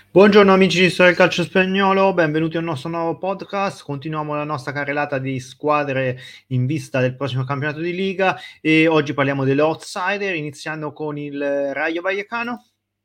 Buongiorno amici di Storia del Calcio Spagnolo, benvenuti al nostro nuovo podcast. Continuiamo la nostra carrellata di squadre in vista del prossimo campionato di Liga e oggi parliamo delle outsider, iniziando con il Rayo Vallecano.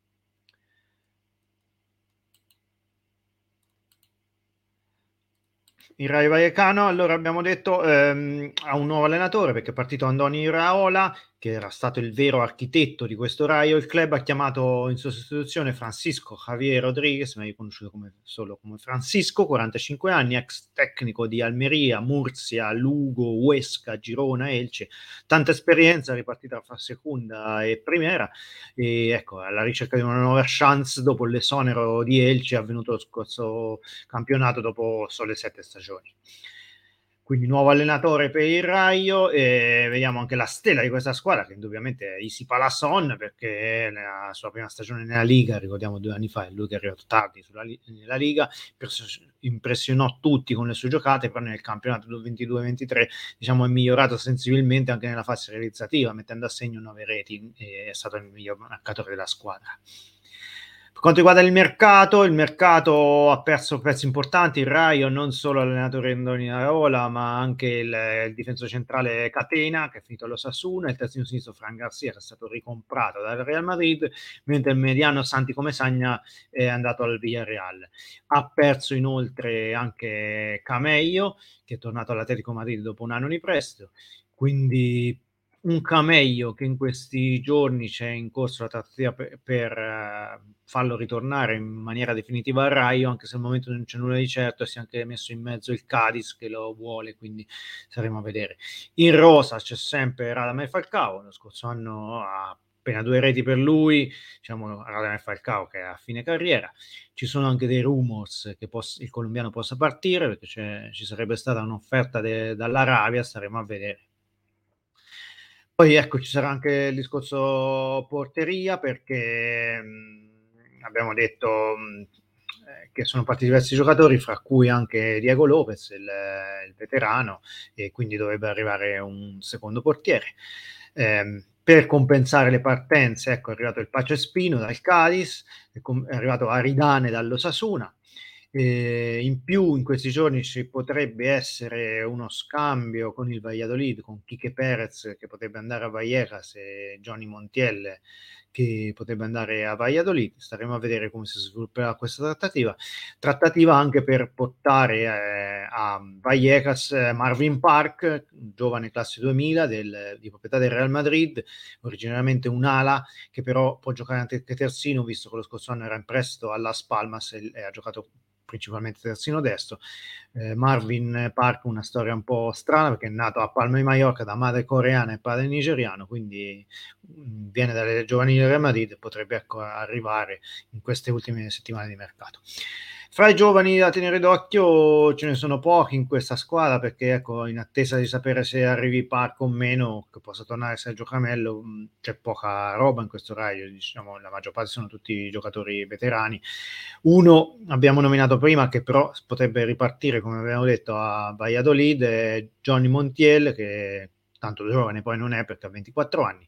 Il Rayo Vallecano, allora abbiamo detto, ha un nuovo allenatore perché è partito Andoni Iraola, che era stato il vero architetto di questo Rayo. Il club ha chiamato in sostituzione Francisco Javier Rodriguez, meglio conosciuto solo come Francisco, 45 anni, ex tecnico di Almeria, Murcia, Lugo, Huesca, Girona, Elche, tanta esperienza, ripartita fra seconda e primera, e ecco, alla ricerca di una nuova chance dopo l'esonero di Elche avvenuto lo scorso campionato dopo sole 7 stagioni. Quindi nuovo allenatore per il Raio e vediamo anche la stella di questa squadra che indubbiamente è Isi Palasson, perché nella sua prima stagione nella Liga, ricordiamo 2 anni fa, è lui che è arrivato tardi nella Liga, impressionò tutti con le sue giocate, però nel campionato 22-23 diciamo è migliorato sensibilmente anche nella fase realizzativa, mettendo a segno 9 reti, e è stato il miglior marcatore della squadra. Per quanto riguarda il mercato ha perso pezzi importanti. Il Raio, non solo l'allenatore Andoni Iraola, ma anche il difensore centrale Catena, che è finito all'Osasuna, il terzino sinistro Fran Garcia, che è stato ricomprato dal Real Madrid, mentre il mediano Santi Comesagna è andato al Villarreal. Ha perso inoltre anche Camello, che è tornato all'Atletico Madrid dopo un anno di prestito, quindi un Camello che in questi giorni c'è in corso la trattativa per farlo ritornare in maniera definitiva al Raio, anche se al momento non c'è nulla di certo, e si è anche messo in mezzo il Cadiz che lo vuole, quindi saremo a vedere. In rosa c'è sempre Radamel Falcao, lo scorso anno ha appena 2 reti per lui, diciamo Radamel Falcao che è a fine carriera. Ci sono anche dei rumors che il colombiano possa partire, perché ci sarebbe stata un'offerta dall'Arabia, staremo a vedere. Poi ecco, ci sarà anche il discorso porteria perché abbiamo detto che sono partiti diversi giocatori, fra cui anche Diego Lopez, il veterano, e quindi dovrebbe arrivare un secondo portiere. Per compensare le partenze, ecco, è arrivato il Pace Spino dal Cadiz, è arrivato Aridane dall'Osasuna. In più in questi giorni ci potrebbe essere uno scambio con il Valladolid, con Quique Perez che potrebbe andare a Vallecas e Johnny Montiel che potrebbe andare a Valladolid. Staremo a vedere come si svilupperà questa trattativa anche per portare a Vallecas Marvin Park, giovane classe 2000 di proprietà del Real Madrid, originariamente un'ala che però può giocare anche terzino, visto che lo scorso anno era in prestito all'Las Palmas e ha giocato principalmente terzino destro. Marvin Park, una storia un po' strana perché è nato a Palma di Mallorca da madre coreana e padre nigeriano, quindi viene dalle giovanili del Real Madrid e potrebbe arrivare in queste ultime settimane di mercato. Fra i giovani da tenere d'occhio ce ne sono pochi in questa squadra perché ecco, in attesa di sapere se arrivi Park o meno, che possa tornare Sergio Camello, c'è poca roba in questo Raio, diciamo, la maggior parte sono tutti giocatori veterani. Uno abbiamo nominato prima che però potrebbe ripartire, come abbiamo detto, a Valladolid, è Johnny Montiel, che tanto giovane poi non è perché ha 24 anni.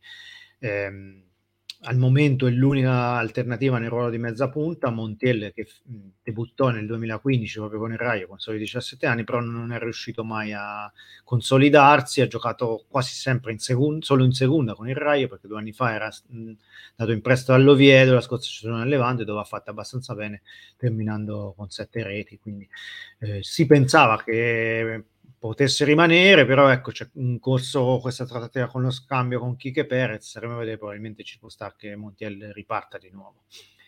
Al momento è l'unica alternativa nel ruolo di mezza punta. Montiel che debuttò nel 2015 proprio con il Raio con soli 17 anni, però non è riuscito mai a consolidarsi, ha giocato quasi sempre solo in seconda con il Raio perché 2 anni fa era dato in prestito all'Oviedo la scorsa stagione al Levante, dove ha fatto abbastanza bene terminando con 7 reti, quindi si pensava che potesse rimanere, però ecco c'è in corso questa trattativa con lo scambio con Quique Perez, staremo a vedere, probabilmente ci può stare che Montiel riparta di nuovo.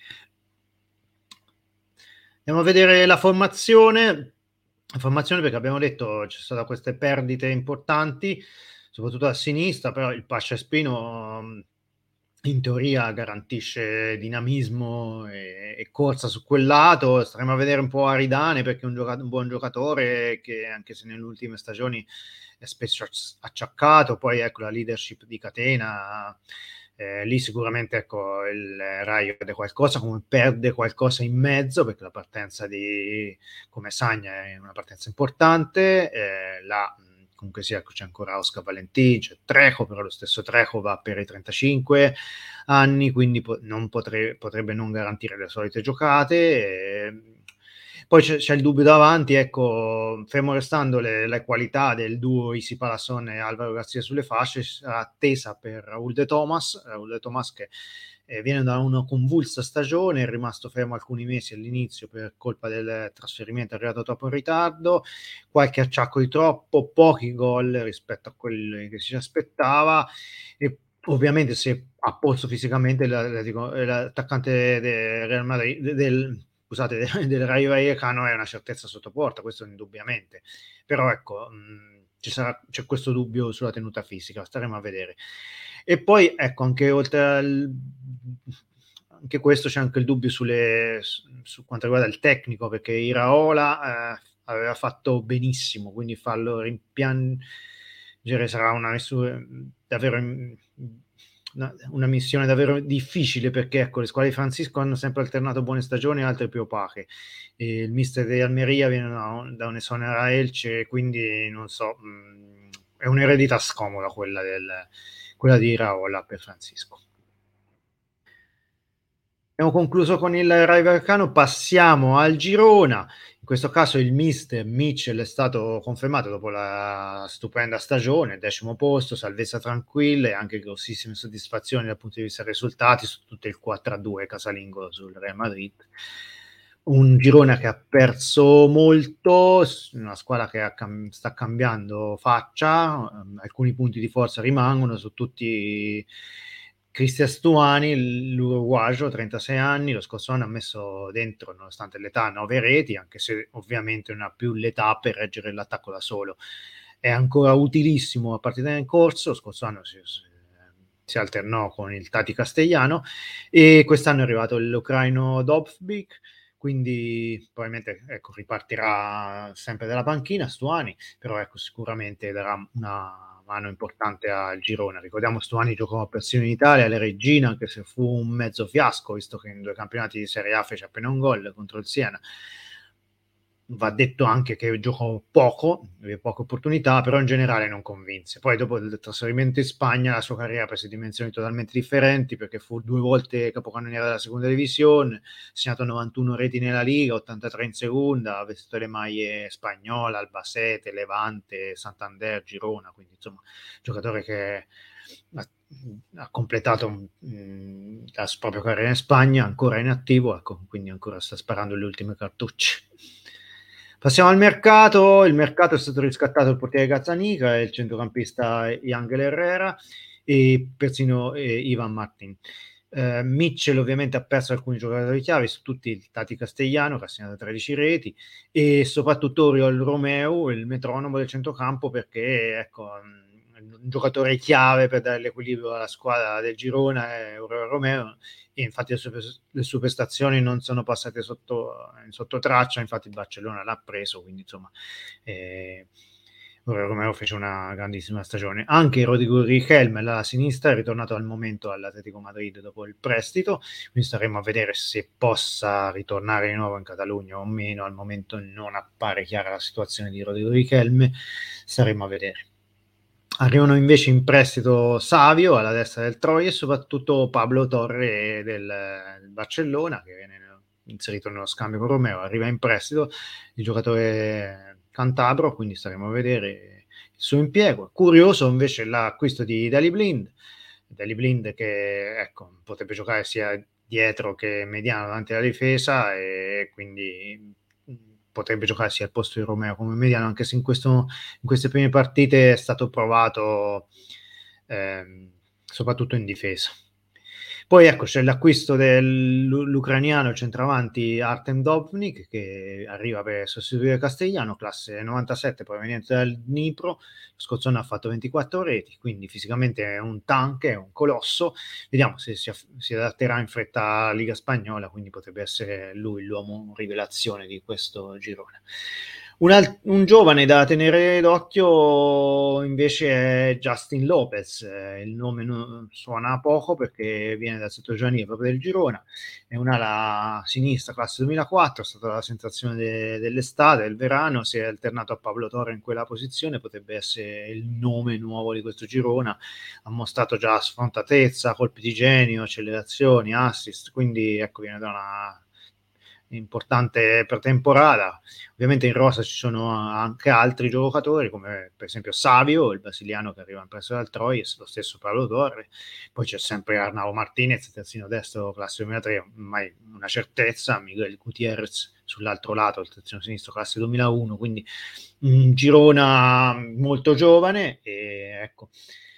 Andiamo a vedere la formazione perché abbiamo detto c'è stata queste perdite importanti, soprattutto a sinistra, però il Pascia Espino in teoria garantisce dinamismo e corsa su quel lato. Staremo a vedere un po' Aridane perché è un buon giocatore che anche se nelle ultime stagioni è spesso acciaccato, poi ecco la leadership di Catena, lì sicuramente ecco il Raio perde qualcosa, come perde qualcosa in mezzo perché la partenza di Comesagna è una partenza importante, la comunque sia, c'è ancora Oscar Valentin, c'è Trejo, però lo stesso Trejo va per i 35 anni, quindi potrebbe non garantire le solite giocate. Poi c'è il dubbio davanti, ecco, fermo restando le qualità del duo Isi Palasson e Alvaro Garcia sulle fasce, sarà attesa per Raúl de Thomas che viene da una convulsa stagione, è rimasto fermo alcuni mesi all'inizio per colpa del trasferimento arrivato troppo in ritardo, qualche acciacco di troppo, pochi gol rispetto a quelli che si aspettava, e ovviamente se a polso fisicamente l'attaccante del Real Madrid, scusate, del Rayo Vallecano è una certezza sotto porta, questo indubbiamente, però ecco, c'è questo dubbio sulla tenuta fisica, staremo a vedere. E poi ecco, anche oltre anche questo c'è anche il dubbio su quanto riguarda il tecnico, perché Iraola aveva fatto benissimo, quindi farlo rimpiangere sarà davvero una missione davvero difficile, perché ecco, le squadre di Francisco hanno sempre alternato buone stagioni e altre più opache. Il mister di Almeria viene da un'esonera a Elche, quindi non so, è un'eredità scomoda quella di Iraola per Francisco. Abbiamo concluso con il Rayo Vallecano, passiamo al Girona. In questo caso il mister Mitchell è stato confermato dopo la stupenda stagione, 10° posto, salvezza tranquilla e anche grossissime soddisfazioni dal punto di vista dei risultati, su tutto il 4-2 casalingo sul Real Madrid. Un Girona che ha perso molto, una squadra che sta cambiando faccia, alcuni punti di forza rimangono su tutti. Cristian Stuani, l'uruguagio, 36 anni, lo scorso anno ha messo dentro, nonostante l'età, 9 reti, anche se ovviamente non ha più l'età per reggere l'attacco da solo. È ancora utilissimo a partita in corso, lo scorso anno si alternò con il Tati Castellano e quest'anno è arrivato l'ucraino Dovbyk, quindi probabilmente ecco, ripartirà sempre dalla panchina Stuani, però ecco, sicuramente darà una mano importante al Girona. Ricordiamo Stuani giocò persino in Italia alle Regina, anche se fu un mezzo fiasco, visto che in 2 campionati di Serie A fece appena un gol contro il Siena. Va detto anche che giocò poco, aveva poche opportunità, però in generale non convinse. Poi dopo il trasferimento in Spagna la sua carriera prese dimensioni totalmente differenti, perché fu 2 volte capocannoniere della seconda divisione, ha segnato 91 reti nella Liga, 83 in seconda, ha vestito le maglie Spagnola, Albacete, Levante, Santander, Girona, quindi insomma giocatore che ha completato la propria carriera in Spagna, ancora in attivo, ecco, quindi ancora sta sparando le ultime cartucce. Passiamo al mercato. Il mercato è stato riscattato il portiere Gazzaniga e il centrocampista Yangel Herrera e persino Ivan Martin. Mitchell ovviamente ha perso alcuni giocatori chiave, su tutti il Tati Castellano che ha segnato 13 reti e soprattutto Oriol Romeu, il metronomo del centrocampo, perché ecco, un giocatore chiave per dare l'equilibrio alla squadra del Girona è Oriol Romeu, e infatti le sue prestazioni non sono passate sotto traccia, infatti il Barcellona l'ha preso, quindi insomma Romero fece una grandissima stagione. Anche Rodrigo Riquelme alla sinistra è ritornato al momento all'Atletico Madrid dopo il prestito, quindi staremo a vedere se possa ritornare di nuovo in Catalogna o meno. Al momento non appare chiara la situazione di Rodrigo Riquelme, staremo a vedere. Arrivano invece in prestito Savio alla destra del Troyes e soprattutto Pablo Torre del Barcellona, che viene inserito nello scambio con Romeo, arriva in prestito il giocatore cantabro, quindi staremo a vedere il suo impiego. Curioso invece l'acquisto di Daley Blind che ecco, potrebbe giocare sia dietro che mediano davanti alla difesa e quindi potrebbe giocare sia al posto di Romeo come mediano, anche se in queste prime partite è stato provato soprattutto in difesa. Poi ecco, c'è l'acquisto dell'ucraniano centravanti Artem Dovnik, che arriva per sostituire Castellano, classe 97 proveniente dal Dnipro. Lo scorso anno ha fatto 24 reti, quindi fisicamente è un tank, è un colosso. Vediamo se si adatterà in fretta alla Liga Spagnola, quindi potrebbe essere lui l'uomo rivelazione di questo girone. Un giovane da tenere d'occhio invece è Justin Lopez, il nome suona poco perché viene dal settore giovanile proprio del Girona, è un'ala sinistra classe 2004, è stata la sensazione dell'estate, del verano, si è alternato a Pablo Torre in quella posizione, potrebbe essere il nome nuovo di questo Girona, ha mostrato già sfrontatezza, colpi di genio, accelerazioni, assist, quindi ecco viene da una importante pretemporata. Ovviamente in rosa ci sono anche altri giocatori come per esempio Savio, il brasiliano che arriva in prestito dal Troyes, lo stesso Paolo Torre, poi c'è sempre Arnau Martinez, terzino destro classe 2003, ormai una certezza, Miguel Gutierrez sull'altro lato, il terzino sinistro classe 2001, quindi un Girona molto giovane e ecco.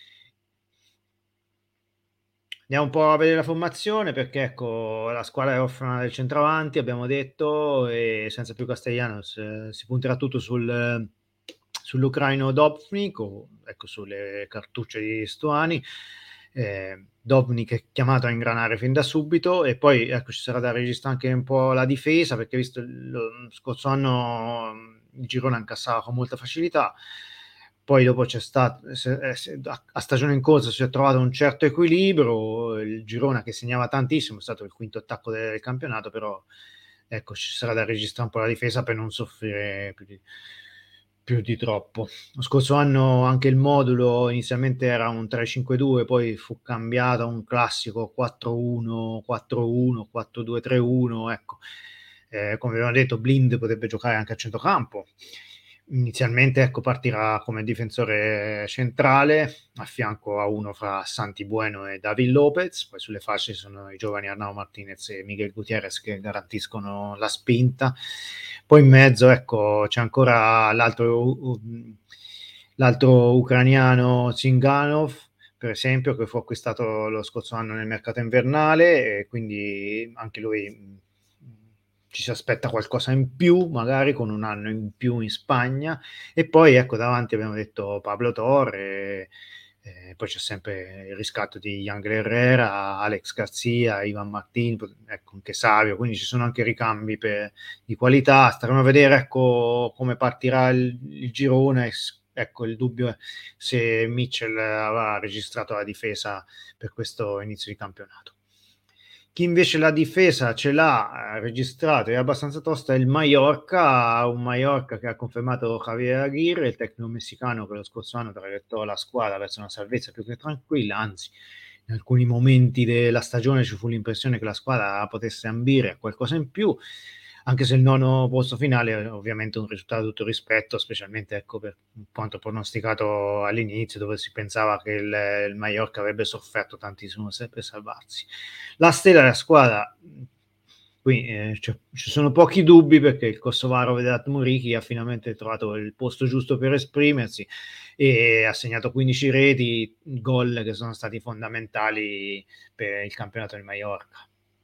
Andiamo un po' a vedere la formazione perché ecco la squadra è orfana del centravanti, abbiamo detto, e senza più Castellanos si punterà tutto sull'ucraino Dovnik o ecco sulle cartucce di Stuani. Dovnik è chiamato a ingranare fin da subito e poi ecco ci sarà da registrare anche un po' la difesa perché visto lo scorso anno il Girona incassava con molta facilità. Poi dopo c'è stato, a stagione in corso si è trovato un certo equilibrio, il Girona che segnava tantissimo, è stato il quinto attacco del campionato, però ecco ci sarà da registrare un po' la difesa per non soffrire più di troppo. Lo scorso anno anche il modulo inizialmente era un 3-5-2, poi fu cambiato a un classico 4-1, 4-1, 4-2-3-1, ecco. Come abbiamo detto, Blind potrebbe giocare anche a centrocampo. Inizialmente ecco, partirà come difensore centrale, a fianco a uno fra Santi Bueno e David Lopez, poi sulle fasce sono i giovani Arnau Martinez e Miguel Gutierrez che garantiscono la spinta. Poi in mezzo ecco, c'è ancora l'altro ucraniano Zinganov, per esempio, che fu acquistato lo scorso anno nel mercato invernale e quindi anche lui ci si aspetta qualcosa in più, magari con un anno in più in Spagna. E poi ecco davanti abbiamo detto Pablo Torre, poi c'è sempre il riscatto di Yangel Herrera, Alex Garcia, Ivan Martin, ecco anche Savio, quindi ci sono anche ricambi di qualità. Staremo a vedere ecco come partirà il girone. Ecco il dubbio è se Mitchell avrà registrato la difesa per questo inizio di campionato. Chi invece la difesa ce l'ha registrato, è abbastanza tosta, è il Mallorca, un Mallorca che ha confermato Javier Aguirre, il tecnico messicano che lo scorso anno traghettò la squadra verso una salvezza più che tranquilla, anzi in alcuni momenti della stagione ci fu l'impressione che la squadra potesse ambire a qualcosa in più, anche se il nono posto finale è ovviamente un risultato di tutto rispetto, specialmente ecco, per quanto pronosticato all'inizio, dove si pensava che il Mallorca avrebbe sofferto tantissimo per salvarsi. La stella della squadra, qui ci sono pochi dubbi perché il kosovaro Vedat Muriqi ha finalmente trovato il posto giusto per esprimersi e ha segnato 15 reti, gol che sono stati fondamentali per il campionato del Mallorca.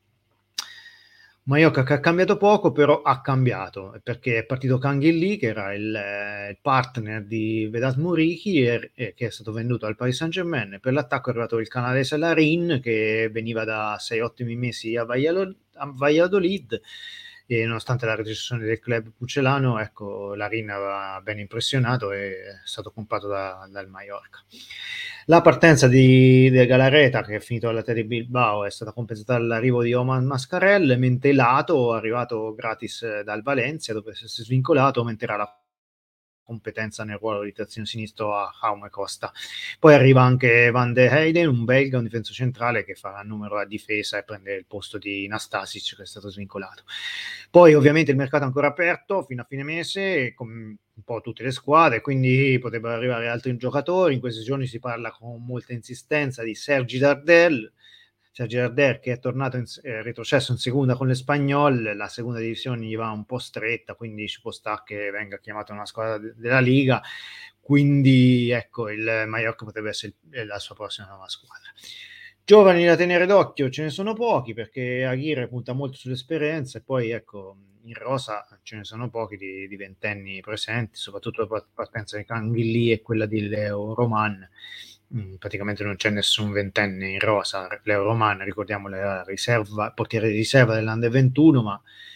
Mallorca che ha cambiato poco, però ha cambiato perché è partito Kangin Lee, che era il partner di Vedat Muriqi e che è stato venduto al Paris Saint-Germain. Per l'attacco è arrivato il canadese Larin, che veniva da 6 ottimi mesi a Valladolid e nonostante la retrocessione del club pucelano, ecco, Larin aveva ben impressionato e è stato comprato dal Mallorca. La partenza di Galarreta, che è finito alla Tele Bilbao, è stata compensata dall'arrivo di Oman Mascarell, mentre Lato, arrivato gratis dal Valencia, dove si è svincolato, aumenterà la competenza nel ruolo di terzino sinistro a Jaume Costa. Poi arriva anche Van de Heyden, un belga, un difensore centrale che farà il numero a difesa e prende il posto di Nastasic che è stato svincolato. Poi ovviamente il mercato è ancora aperto fino a fine mese, come un po' tutte le squadre, quindi potrebbero arrivare altri giocatori. In questi giorni si parla con molta insistenza di Sergi Dardel, che è tornato retrocesso in seconda con l'Espanyol, la seconda divisione gli va un po' stretta, quindi ci può stare che venga chiamato una squadra della Liga, quindi ecco il Mallorca potrebbe essere la sua prossima nuova squadra. Giovani da tenere d'occhio ce ne sono pochi perché Aguirre punta molto sull'esperienza e poi ecco in rosa ce ne sono pochi di ventenni presenti, soprattutto la partenza di Canghilly e quella di Leo Roman. Praticamente non c'è nessun ventenne in rosa. Leo Roman, ricordiamo, la riserva, portiere di riserva dell'Under 21, ma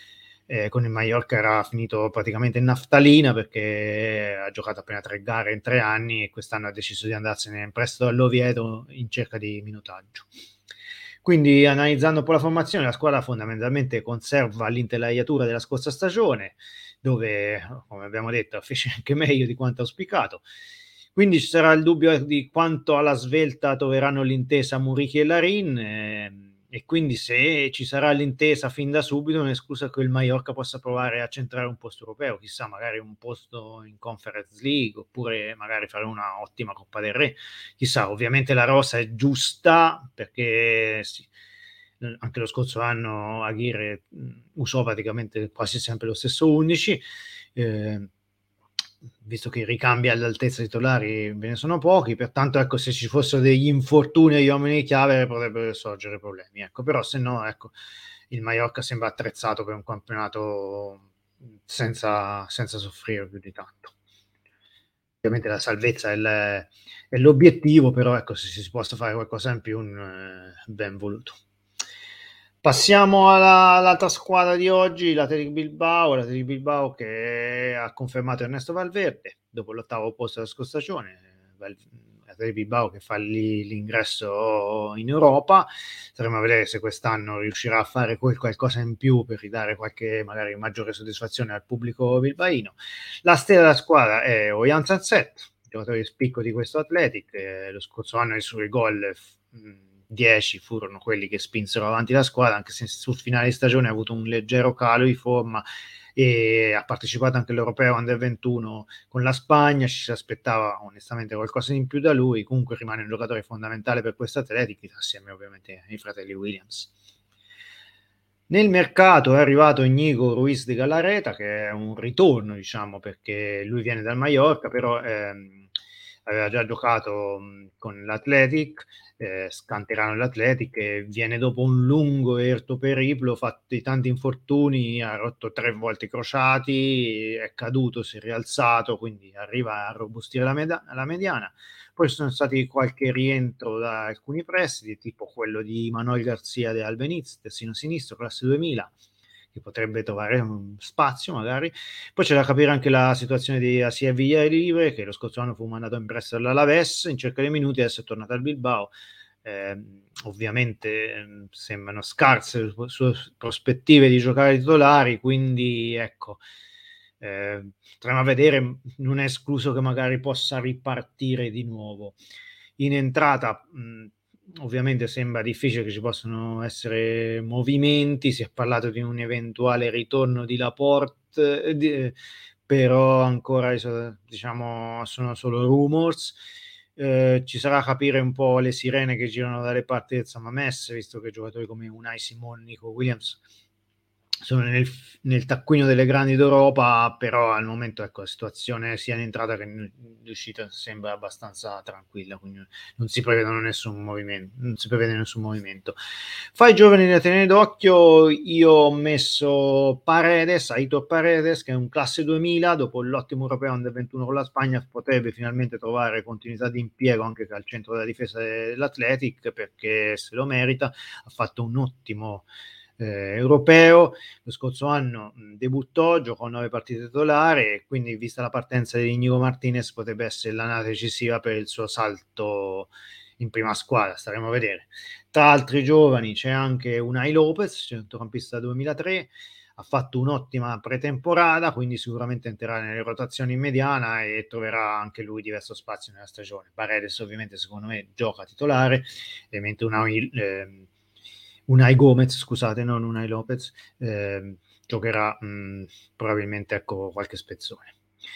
con il Mallorca era finito praticamente in naftalina perché ha giocato appena 3 gare in 3 anni e quest'anno ha deciso di andarsene in prestito all'Oviedo in cerca di minutaggio. Quindi analizzando un po' la formazione, la squadra fondamentalmente conserva l'intelaiatura della scorsa stagione, dove, come abbiamo detto, fece anche meglio di quanto auspicato. Quindi ci sarà il dubbio di quanto alla svelta troveranno l'intesa Muriqi e Larin, e quindi se ci sarà l'intesa fin da subito non è escluso che il Mallorca possa provare a centrare un posto europeo, chissà, magari un posto in Conference League oppure magari fare una ottima Coppa del Re, chissà. Ovviamente la rosa è giusta perché sì, anche lo scorso anno Aguirre usò praticamente quasi sempre lo stesso 11, visto che i ricambi all'altezza titolari ve ne sono pochi, pertanto ecco, se ci fossero degli infortuni agli uomini chiave potrebbero sorgere problemi, ecco. Però se no, ecco, il Mallorca sembra attrezzato per un campionato senza soffrire più di tanto. Ovviamente la salvezza è l'obiettivo, però ecco, se si possa fare qualcosa in più, ben voluto. Passiamo all'altra squadra di oggi, l'Athletic Bilbao che ha confermato Ernesto Valverde dopo l'8º posto della scorsa stagione. L'Athletic Bilbao che fa l'ingresso in Europa. Staremo a vedere se quest'anno riuscirà a fare qualcosa in più per ridare qualche magari maggiore soddisfazione al pubblico bilbaino. La stella della squadra è Ojan Sanset, giocatore di spicco di questo Athletic. Lo scorso anno i suoi gol 10 furono quelli che spinsero avanti la squadra, anche se sul finale di stagione ha avuto un leggero calo di forma e ha partecipato anche all'Europeo Under 21 con la Spagna. Ci si aspettava onestamente qualcosa in più da lui, comunque rimane un giocatore fondamentale per questo Athletic, assieme ovviamente ai fratelli Williams. Nel mercato è arrivato Íñigo Ruiz de Galarreta, che è un ritorno, diciamo, perché lui viene dal Mallorca, però aveva già giocato con l'Athletic, scanterano l'Athletic, e viene dopo un lungo e irto periplo, fatti tanti infortuni, ha rotto 3 volte i crociati, è caduto, si è rialzato, quindi arriva a robustire la mediana. Poi ci sono stati qualche rientro da alcuni prestiti, tipo quello di Manuel Garcia de Albeniz, terzino sinistro, classe 2000, che potrebbe trovare un spazio magari. Poi c'è da capire anche la situazione di Asier Villalibre, che lo scorso anno fu mandato in prestito all'Alaves in cerca di minuti, adesso è tornato al Bilbao. Ovviamente sembrano scarse le sue prospettive di giocare titolari, quindi ecco, staremo a vedere. Non è escluso che magari possa ripartire di nuovo. In entrata ovviamente sembra difficile che ci possano essere movimenti, si è parlato di un eventuale ritorno di Laporte, però ancora diciamo sono solo rumors. Ci sarà a capire un po' le sirene che girano dalle parti del San Mamés, visto che giocatori come Unai Simon, Nico Williams sono nel taccuino delle grandi d'Europa, però al momento ecco, la situazione sia in entrata che in uscita sembra abbastanza tranquilla, quindi non si prevede nessun movimento. Fra i giovani da tenere d'occhio io ho messo Aitor Paredes, che è un classe 2000, dopo l'ottimo europeo Under 21 con la Spagna potrebbe finalmente trovare continuità di impiego anche al centro della difesa dell'Athletic, perché se lo merita. Ha fatto un ottimo europeo. Lo scorso anno debuttò, giocò 9 partite titolari e quindi, vista la partenza di Íñigo Martínez, potrebbe essere l'annata decisiva per il suo salto in prima squadra. Staremo a vedere. Tra altri giovani c'è anche Unai Lopez, centrocampista 2003, ha fatto un'ottima pretemporata, quindi sicuramente entrerà nelle rotazioni in mediana e troverà anche lui diverso spazio nella stagione. Paredes ovviamente secondo me gioca titolare, mentre Unai Gomez, scusate, non Unai Lopez, giocherà probabilmente ecco qualche spezzone.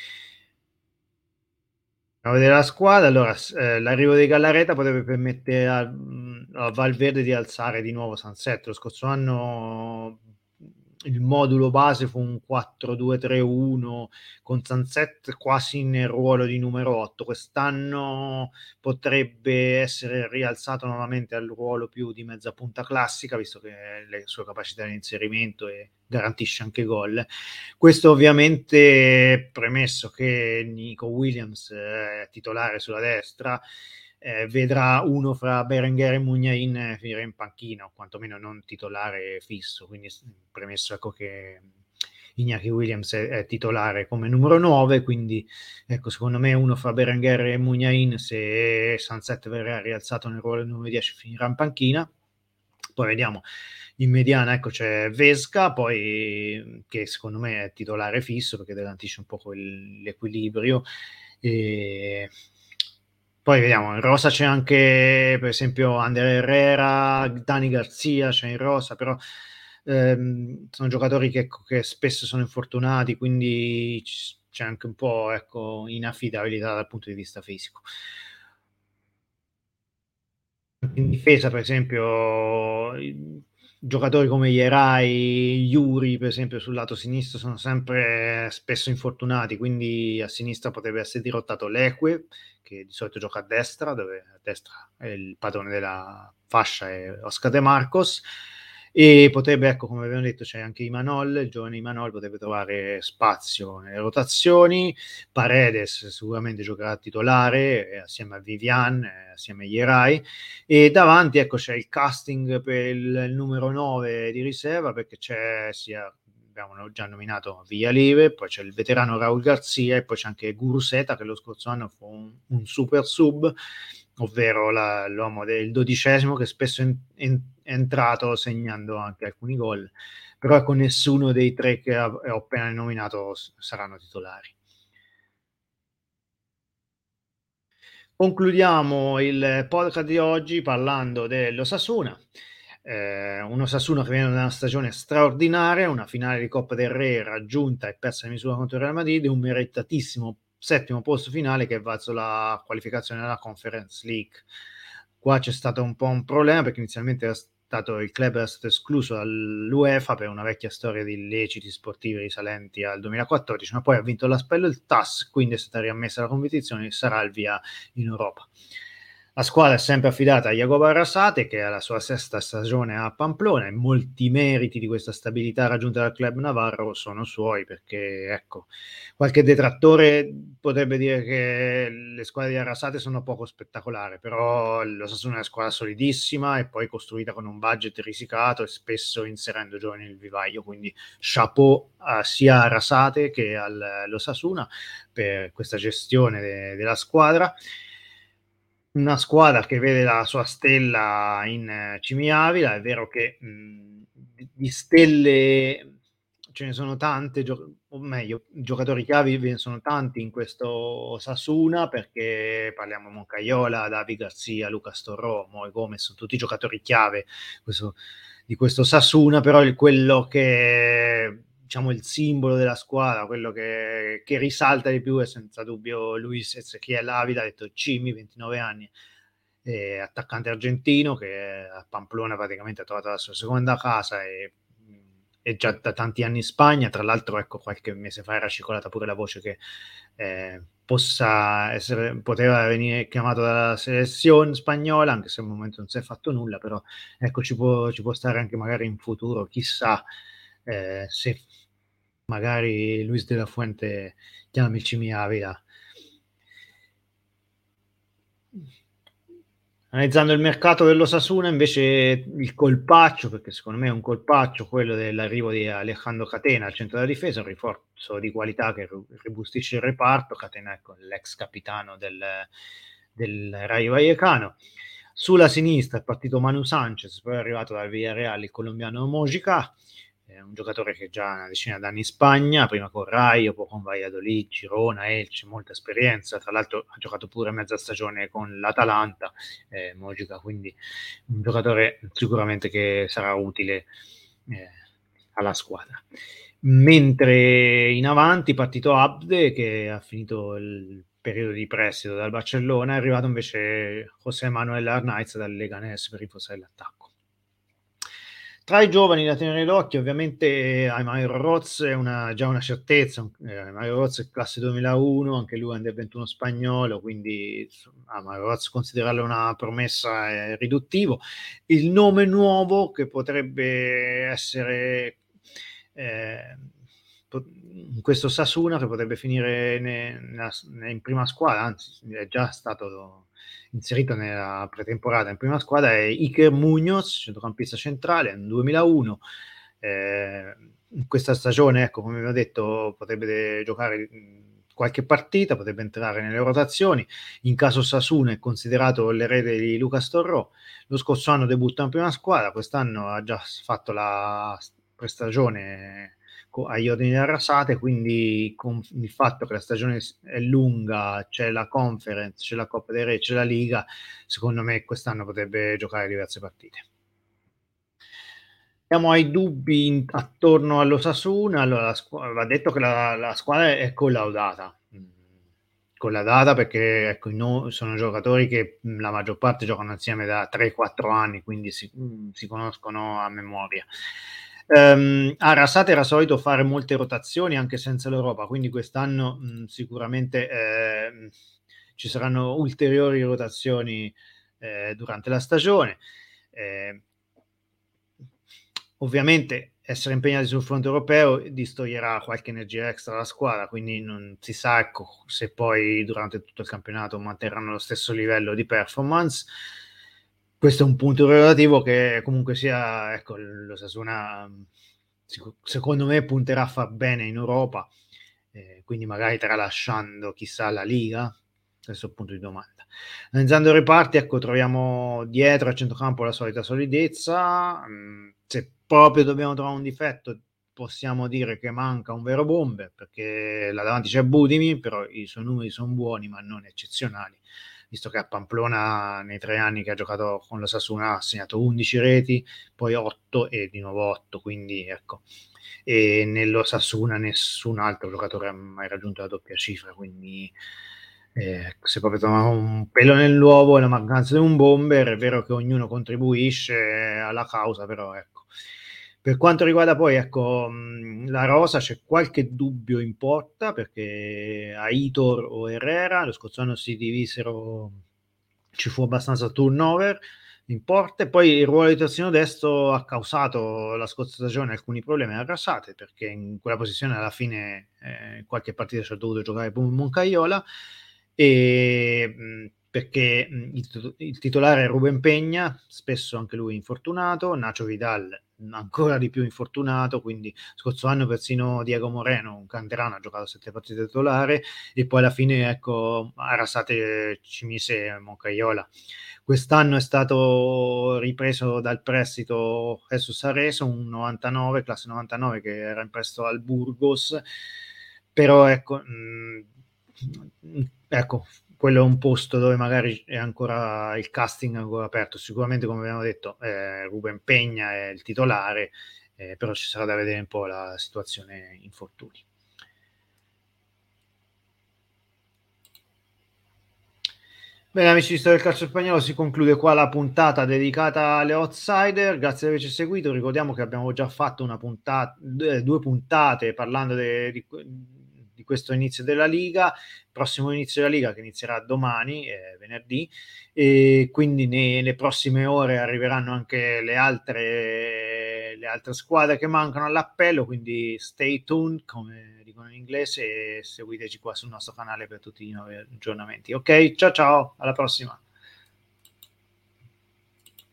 A vedere la squadra, allora l'arrivo di Gallarreta potrebbe permettere a Valverde di alzare di nuovo Sanset. Lo scorso anno il modulo base fu un 4-2-3-1 con Sanset quasi nel ruolo di numero 8. Quest'anno potrebbe essere rialzato nuovamente al ruolo più di mezza punta classica, visto che le sue capacità di inserimento e garantisce anche gol. Questo ovviamente premesso che Nico Williams, titolare sulla destra, vedrà uno fra Berenguer e Muniain finire in panchina, o quantomeno non titolare fisso, quindi premesso ecco che Iñaki Williams è titolare come numero 9, quindi ecco, secondo me uno fra Berenguer e Muniain, se Sunset verrà rialzato nel ruolo numero 10, finirà in panchina. Poi vediamo in mediana, ecco, c'è Vesca, poi che secondo me è titolare fisso perché garantisce un po' l'equilibrio. E poi vediamo, in rosa c'è anche per esempio Ander Herrera, Dani Garcia c'è in rosa, però sono giocatori che spesso sono infortunati, quindi c'è anche un po', ecco, inaffidabilità dal punto di vista fisico. In difesa, per esempio, giocatori come Jerai, Yuri, per esempio, sul lato sinistro sono sempre spesso infortunati, quindi a sinistra potrebbe essere dirottato Leque, che di solito gioca a destra, dove a destra è il padrone della fascia è Oscar De Marcos, e potrebbe, ecco, come abbiamo detto, c'è anche Imanol, il giovane Imanol potrebbe trovare spazio nelle rotazioni. Paredes sicuramente giocherà titolare assieme a Vivian, assieme a Jerai, e davanti, ecco, c'è il casting per il numero 9 di riserva, perché c'è sia, abbiamo già nominato Villalibre, poi c'è il veterano Raul Garcia e poi c'è anche Guruseta, che lo scorso anno fu un super sub, ovvero l'uomo del 12esimo, che spesso è entrato segnando anche alcuni gol, però ecco, nessuno dei tre che ho appena nominato saranno titolari. Concludiamo il podcast di oggi parlando dell'Osasuna. Un Osasuna che viene da una stagione straordinaria, una finale di Coppa del Re raggiunta e persa in misura contro il Real Madrid, un meritatissimo settimo posto finale che è valso la qualificazione alla Conference League. Qua c'è stato un po' un problema perché inizialmente il club era stato escluso dall'UEFA per una vecchia storia di illeciti sportivi risalenti al 2014, ma poi ha vinto l'appello il TAS, quindi è stata riammessa la competizione e sarà il via in Europa. La squadra è sempre affidata a Jacobo Arrasate, che ha la sua sesta stagione a Pamplona, e molti meriti di questa stabilità raggiunta dal club navarro sono suoi, perché ecco, qualche detrattore potrebbe dire che le squadre di Arrasate sono poco spettacolari, però l'Osasuna è una squadra solidissima e poi costruita con un budget risicato e spesso inserendo giovani nel vivaio, quindi chapeau sia a Arrasate che all'Osasuna per questa gestione della squadra. Una squadra che vede la sua stella in Cimiavila. È vero che di stelle ce ne sono tante, o meglio, giocatori chiavi ve ne sono tanti in questo Osasuna, perché parliamo di Moncayola, David Garcia, Lucas Torró, Moi Gomez, sono tutti giocatori chiave di questo Osasuna, però quello che, diciamo, il simbolo della squadra, quello che risalta di più è senza dubbio Luis Ezequiel Ávila, detto Cimi, 29 anni, attaccante argentino che a Pamplona praticamente ha trovato la sua seconda casa e è già da tanti anni in Spagna. Tra l'altro, ecco, qualche mese fa era circolata pure la voce che poteva venire chiamato dalla selezione spagnola, anche se al momento non si è fatto nulla, però ecco, ci può stare anche magari in futuro, chissà, se magari Luis de la Fuente chiama il Cimi Avila. Analizzando il mercato dell'Osasuna, invece, il colpaccio, perché secondo me è un colpaccio quello dell'arrivo di Alejandro Catena al centro della difesa, un rinforzo di qualità che robustisce il reparto. Catena, ecco, l'ex capitano del Rayo Vallecano. Sulla sinistra è partito Manu Sanchez, poi è arrivato dal Villarreal il colombiano Mojica, un giocatore che già ha una decina d'anni in Spagna, prima con Rayo, poi con Valladolid, Girona, Elche, molta esperienza. Tra l'altro ha giocato pure mezza stagione con l'Atalanta, Mojica, quindi un giocatore sicuramente che sarà utile eh, alla squadra. Mentre in avanti partito Abde, che ha finito il periodo di prestito dal Barcellona, è arrivato invece José Manuel Arnaiz dal Leganés per rinforzare l'attacco. Tra i giovani da tenere d'occhio, ovviamente, Aymar Roz è già una certezza. Aymar Roz è classe 2001, anche lui under 21 spagnolo, quindi Aymar Roz considerarlo una promessa è riduttivo. Il nome nuovo che potrebbe essere in questo Sasuna, che potrebbe finire in prima squadra, anzi è già stato inserito nella pretemporata in prima squadra, è Iker Munoz, centrocampista centrale, nel 2001, questa stagione, ecco, come vi ho detto, potrebbe giocare qualche partita, potrebbe entrare nelle rotazioni. In caso Sasuna è considerato l'erede di Lucas Torró. Lo scorso anno debutta in prima squadra, quest'anno ha già fatto la prestagione agli ordini della Rasate, quindi con il fatto che la stagione è lunga, c'è la Conference, c'è la Coppa dei Re, c'è la Liga, secondo me quest'anno potrebbe giocare diverse partite. Siamo ai dubbi attorno all'Osasuna. Allora, va detto che la squadra è collaudata. Collaudata perché ecco, sono giocatori che la maggior parte giocano insieme da 3-4 anni, quindi si conoscono a memoria. Arasate era solito fare molte rotazioni anche senza l'Europa, quindi quest'anno sicuramente ci saranno ulteriori rotazioni durante la stagione. Ovviamente essere impegnati sul fronte europeo distoglierà qualche energia extra alla squadra, quindi non si sa, ecco, se poi durante tutto il campionato manterranno lo stesso livello di performance. Questo è un punto relativo che comunque sia, ecco, lo Sassuolo secondo me punterà a far bene in Europa, quindi magari tralasciando chissà la Liga. Questo è il punto di domanda. Analizzando i reparti, ecco, troviamo dietro a centrocampo la solita solidezza. Se proprio dobbiamo trovare un difetto, possiamo dire che manca un vero bomber, perché là davanti c'è Budimir, però i suoi numeri sono buoni ma non eccezionali, visto che a Pamplona nei 3 anni che ha giocato con la Sassuolo ha segnato 11 reti, poi 8 e di nuovo 8, quindi ecco. E nello Sassuolo nessun altro giocatore ha mai raggiunto la doppia cifra, quindi se proprio troviamo un pelo nell'uovo e la mancanza di un bomber, è vero che ognuno contribuisce alla causa, però ecco. Per quanto riguarda poi ecco, la rosa, c'è qualche dubbio in porta, perché Aitor o Herrera lo scorso anno si divisero, ci fu abbastanza turnover in porta, e poi il ruolo di terzino destro ha causato la scorsa stagione alcuni problemi a Rasate, perché in quella posizione alla fine qualche partita ci ha dovuto giocare Moncaiola, e perché il titolare è Ruben Peña, spesso anche lui infortunato, Nacho Vidal ancora di più infortunato, quindi scorso anno persino Diego Moreno, un canterano, ha giocato 7 partite titolare, e poi alla fine ecco Arrasate ci mise Moncaiola. Quest'anno è stato ripreso dal prestito Jesus Areso, un 99, classe 99, che era in prestito al Burgos, però ecco, quello è un posto dove magari è ancora il casting è ancora aperto. Sicuramente, come abbiamo detto, Ruben Peña è il titolare, però ci sarà da vedere un po' la situazione infortuni. Bene, amici di Storia del Calcio Spagnolo, si conclude qua la puntata dedicata alle outsider. Grazie di averci seguito. Ricordiamo che abbiamo già fatto una puntata, 2 puntate parlando di questo inizio della Liga, prossimo inizio della Liga che inizierà domani, venerdì, e quindi nelle prossime ore arriveranno anche le altre squadre che mancano all'appello, quindi stay tuned, come dicono in inglese, e seguiteci qua sul nostro canale per tutti i nuovi aggiornamenti. Ok, ciao ciao, alla prossima.